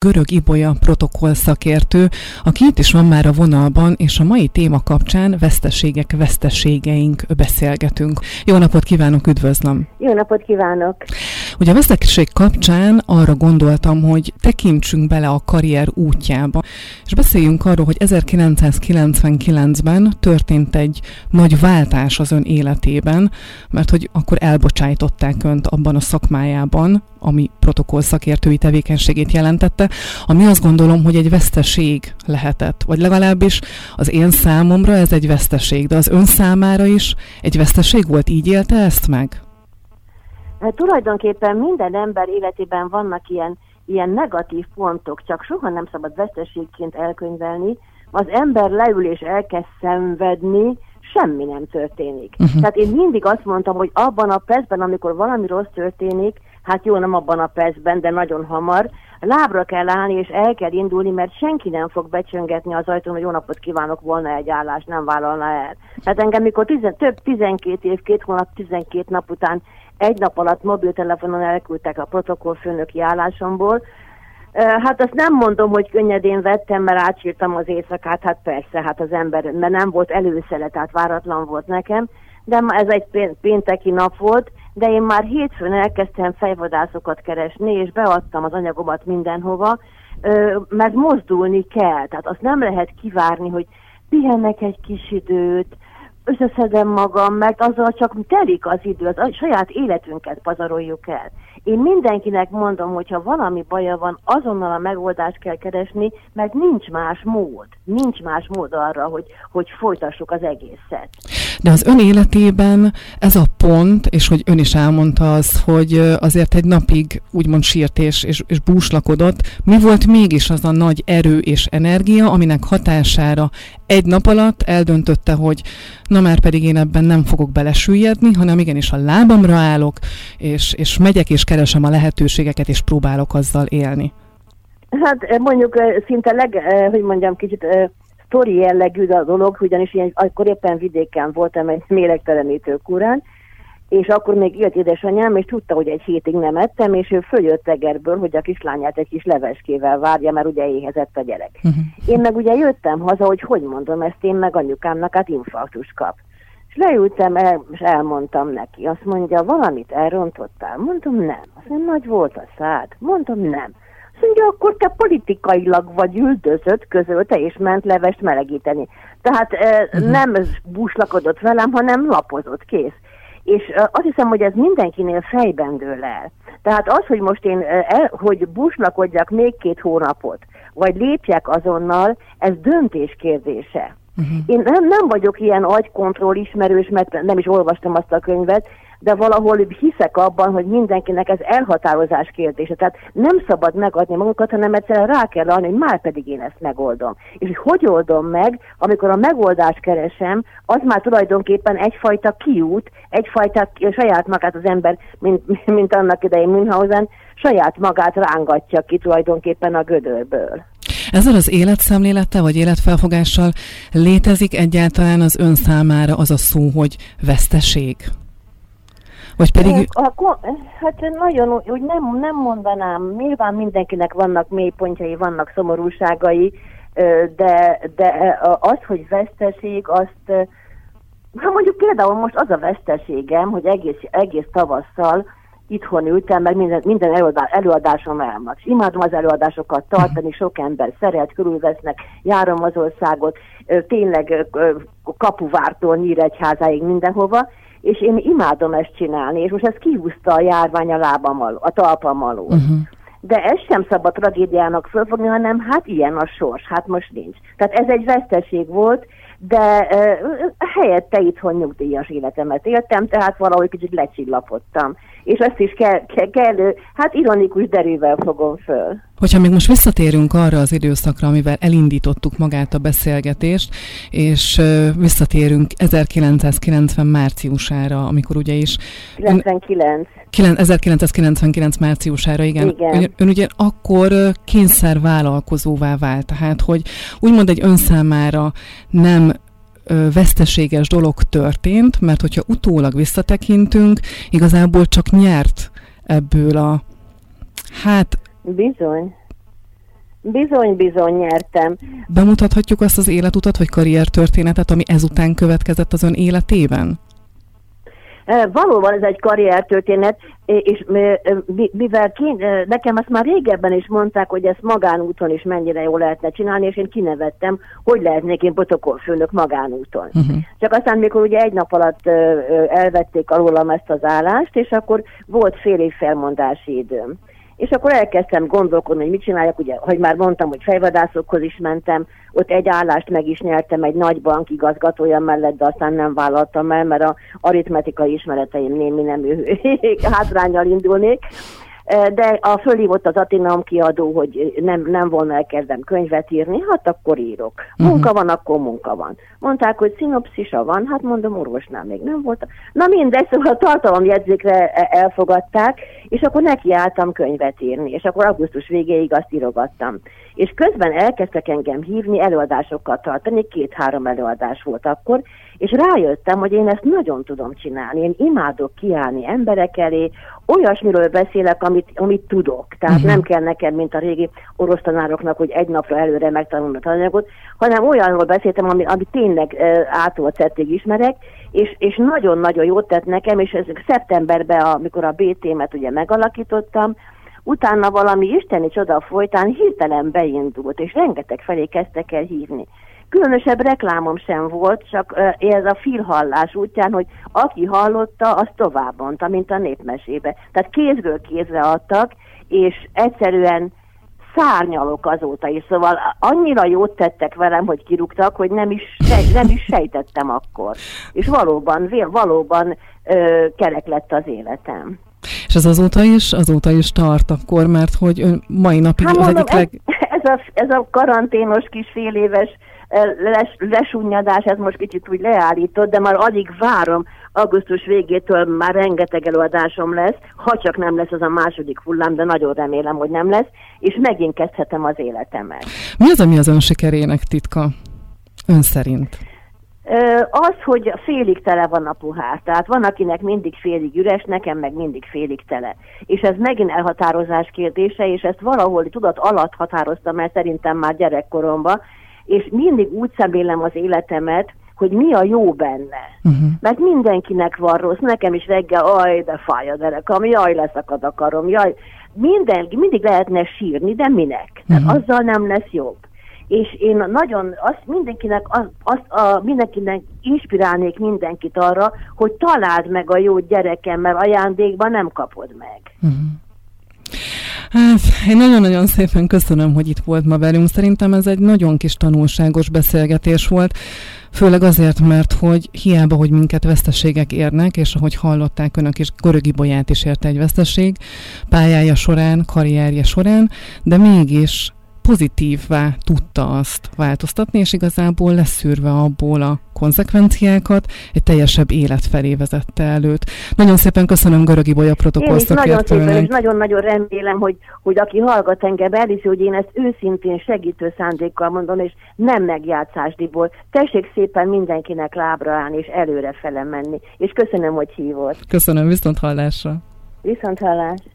Görög Ibolya protokoll szakértő, aki itt is van már a vonalban, és a mai téma kapcsán veszteségeink beszélgetünk. Jó napot kívánok, üdvözlöm! Jó napot kívánok! Ugye a veszteség kapcsán arra gondoltam, hogy tekintsünk bele a karrier útjába, és beszéljünk arról, hogy 1999-ben történt egy nagy váltás az ön életében, mert hogy akkor elbocsájtották önt abban a szakmájában, ami protokoll szakértői tevékenységét jelentette, ami azt gondolom, hogy egy veszteség lehetett. Vagy legalábbis az én számomra ez egy veszteség, de az ön számára is egy veszteség volt, így élte ezt meg? Hát tulajdonképpen minden ember életében vannak ilyen negatív pontok, csak soha nem szabad veszteségként elkönyvelni. Az ember leül és elkezd szenvedni, semmi nem történik. Tehát én mindig azt mondtam, hogy abban a percben, amikor valami rossz történik, hát jó, nem abban a percben, de nagyon hamar, lábra kell állni és el kell indulni, mert senki nem fog becsöngetni az ajtón, hogy jó napot kívánok, volna egy állás, nem vállalna el. Tehát engem, mikor több 12 év, 2 hónap, 12 nap után egy nap alatt mobiltelefonon elküldtek a protokollfőnöki állásomból, hát azt nem mondom, hogy könnyedén vettem, mert átsírtam az éjszakát, hát persze, hát az ember, mert nem volt előszele, tehát váratlan volt nekem, de ez egy pénteki nap volt, de én már hétfőn elkezdtem fejvadászokat keresni, és beadtam az anyagomat mindenhova, mert mozdulni kell, tehát azt nem lehet kivárni, hogy pihennek egy kis időt, összeszedem magam, mert azzal csak telik az idő, a saját életünket pazaroljuk el. Én mindenkinek mondom, hogyha valami baja van, azonnal a megoldást kell keresni, mert nincs más mód arra, hogy folytassuk az egészet. De az ön életében ez a pont, és hogy ön is elmondta az, hogy azért egy napig úgymond sírt és búslakodott, mi volt mégis az a nagy erő és energia, aminek hatására egy nap alatt eldöntötte, hogy na már pedig én ebben nem fogok belesüllyedni, hanem igenis a lábamra állok, és megyek és keresem a lehetőségeket, és próbálok azzal élni. Hát mondjuk szinte kicsit sztori jellegű a dolog, ugyanis én akkor éppen vidéken voltam egy méregtelenítő kúrán, és akkor még élt édesanyám, és tudta, hogy egy hétig nem ettem, és ő följött Egerből, hogy a kislányát egy kis leveskével várja, mert ugye éhezett a gyerek. Én meg ugye jöttem haza, hogy mondom ezt én, meg anyukámnak, hát infarktus kap. És leültem és elmondtam neki. Azt mondja, valamit elrontottál? Mondom, nem. Azt mondja, nagy volt a szád? Mondom, nem. Azt mondja, akkor te politikailag vagy üldözött, közölte, és ment levest melegíteni. Tehát nem búslakodott velem, hanem lapozott, kész. És azt hiszem, hogy ez mindenkinél fejben dől el. Tehát az, hogy most én hogy búslakodjak még 2 hónapot, vagy lépjek azonnal, ez döntés kérdése. Én nem vagyok ilyen agykontroll ismerős, mert nem is olvastam azt a könyvet, de valahol hiszek abban, hogy mindenkinek ez elhatározás kérdése. Tehát nem szabad megadni magukat, hanem egyszerűen rá kell állni, hogy már pedig én ezt megoldom. És hogy oldom meg, amikor a megoldást keresem, az már tulajdonképpen egyfajta kiút, egyfajta saját magát az ember, mint annak idején Münchhausen, saját magát rángatja ki tulajdonképpen a gödörből. Ezzel az életszemlélettel vagy életfelfogással létezik egyáltalán az ön számára az a szó, hogy veszteség? Vagy pedig... Hát nagyon, úgy nem mondanám. Nyilván mindenkinek vannak mélypontjai, vannak szomorúságai, de az, hogy veszteség, azt... mondjuk például most az a veszteségem, hogy egész tavasszal itthon ültem, meg minden előadásom elmaradt. Imádom az előadásokat tartani, sok ember szeret, körülvesznek, járom az országot, tényleg Kapuvártól Nyíregyházáig mindenhova, és én imádom ezt csinálni, és most ez kihúzta a járvány a talpam alól. De ezt sem szabad tragédiának fölfogni, hanem hát ilyen a sors, hát most nincs. Tehát ez egy veszteség volt, de helyette itthon nyugdíjas életemet éltem, tehát valahogy kicsit lecsillapodtam. És ezt is kellő, hát ironikus derűvel fogom föl. Hogyha még most visszatérünk arra az időszakra, amivel elindítottuk magát a beszélgetést, és visszatérünk 1990 márciusára, amikor ugye is... 1999 márciusára, igen. Ön ugye akkor kényszervállalkozóvá vált, tehát hogy úgymond egy ön számára nem veszteséges dolog történt, mert hogyha utólag visszatekintünk, igazából csak nyert ebből a... Bizony. Bizony nyertem. Bemutathatjuk azt az életutat, vagy karriertörténetet, ami ezután következett az ön életében? Valóban ez egy karriertörténet, és mivel nekem azt már régebben is mondták, hogy ezt magánúton is mennyire jól lehetne csinálni, és én kinevettem, hogy lehetnék én protokollfőnök magánúton. Csak aztán, mikor ugye egy nap alatt elvették alólam ezt az állást, és akkor volt fél év felmondási időm. És akkor elkezdtem gondolkodni, hogy mit csináljak, ugye, hogy már mondtam, hogy fejvadászokhoz is mentem, ott egy állást meg is nyertem egy nagy bank igazgatója mellett, de aztán nem vállaltam el, mert a aritmetikai ismereteim némi nemű hátránnyal indulnék. De fölhívott az Athenaeum kiadó, hogy nem volna elkezdem könyvet írni, hát akkor írok. Munka van, akkor munka van. Mondták, hogy szinopszisa van, hát mondom, orvosnál még nem volt. Na mindegy, szóval a tartalomjegyzékre elfogadták, és akkor nekiálltam könyvet írni, és akkor augusztus végéig azt írogattam. És közben elkezdtek engem hívni, előadásokat tartani, 2-3 előadás volt akkor, és rájöttem, hogy én ezt nagyon tudom csinálni. Én imádok kiállni emberek elé, olyasmiről beszélek, amit tudok. Tehát nem kell nekem, mint a régi orosztanároknak, hogy egy napra előre megtanulni a tananyagot, hanem olyanról beszéltem, amit tényleg ától szettig ismerek, és nagyon-nagyon jót tett nekem, és ez szeptemberben, amikor a BT-met ugye megalakítottam, utána valami isteni csoda folytán hirtelen beindult, és rengeteg felé kezdtek el hívni. Különösebb reklámom sem volt, csak ez a fülhallás útján, hogy aki hallotta, az tovább mondta, mint a népmesébe. Tehát kézről kézre adtak, és egyszerűen szárnyalok azóta is. Szóval annyira jót tettek velem, hogy kirúgtak, hogy nem is sejtettem akkor. És valóban kerek lett az életem. És ez azóta is tart akkor, mert hogy ön mai napig az egyik ez a karanténos kis féléves lesunnyadás, ez most kicsit úgy leállított, de már alig várom, augusztus végétől már rengeteg előadásom lesz, ha csak nem lesz az a második hullám, de nagyon remélem, hogy nem lesz, és megint kezdhetem az életemet. Mi az, ami az ön sikerének titka, ön szerint? Az, hogy félig tele van a pohár. Tehát van, akinek mindig félig üres, nekem meg mindig félig tele. És ez megint elhatározás kérdése, és ezt valahol tudat alatt határoztam el szerintem már gyerekkoromban, és mindig úgy szemlélem az életemet, hogy mi a jó benne. Mert mindenkinek van rossz, nekem is reggel, de fáj a derekam, leszakad a karom, mindig lehetne sírni, de minek? Tehát azzal nem lesz jobb. És én nagyon mindenkinek inspirálnék mindenkit arra, hogy találd meg a jó gyerekem, mert ajándékban nem kapod meg. Hát, én nagyon-nagyon szépen köszönöm, hogy itt volt ma velünk. Szerintem ez egy nagyon kis tanulságos beszélgetés volt, főleg azért, mert hogy hiába, hogy minket veszteségek érnek, és ahogy hallották önök is, Görög Ibolyát is érte egy veszteség pályája során, karrierje során, de mégis pozitívvá tudta azt változtatni, és igazából leszűrve abból a konzekvenciákat, egy teljesebb élet felé vezette előtt. Nagyon szépen köszönöm Görög Ibolya protokoll szakértőnek. Nagyon szépen, és nagyon-nagyon remélem, hogy aki hallgat engem, elhiszi, hogy én ezt őszintén segítő szándékkal mondom, és nem megjátszásdiból. Tessék szépen mindenkinek lábra állni, és előrefele menni. És köszönöm, hogy hívott. Köszönöm, viszonthallásra. Viszonthallás.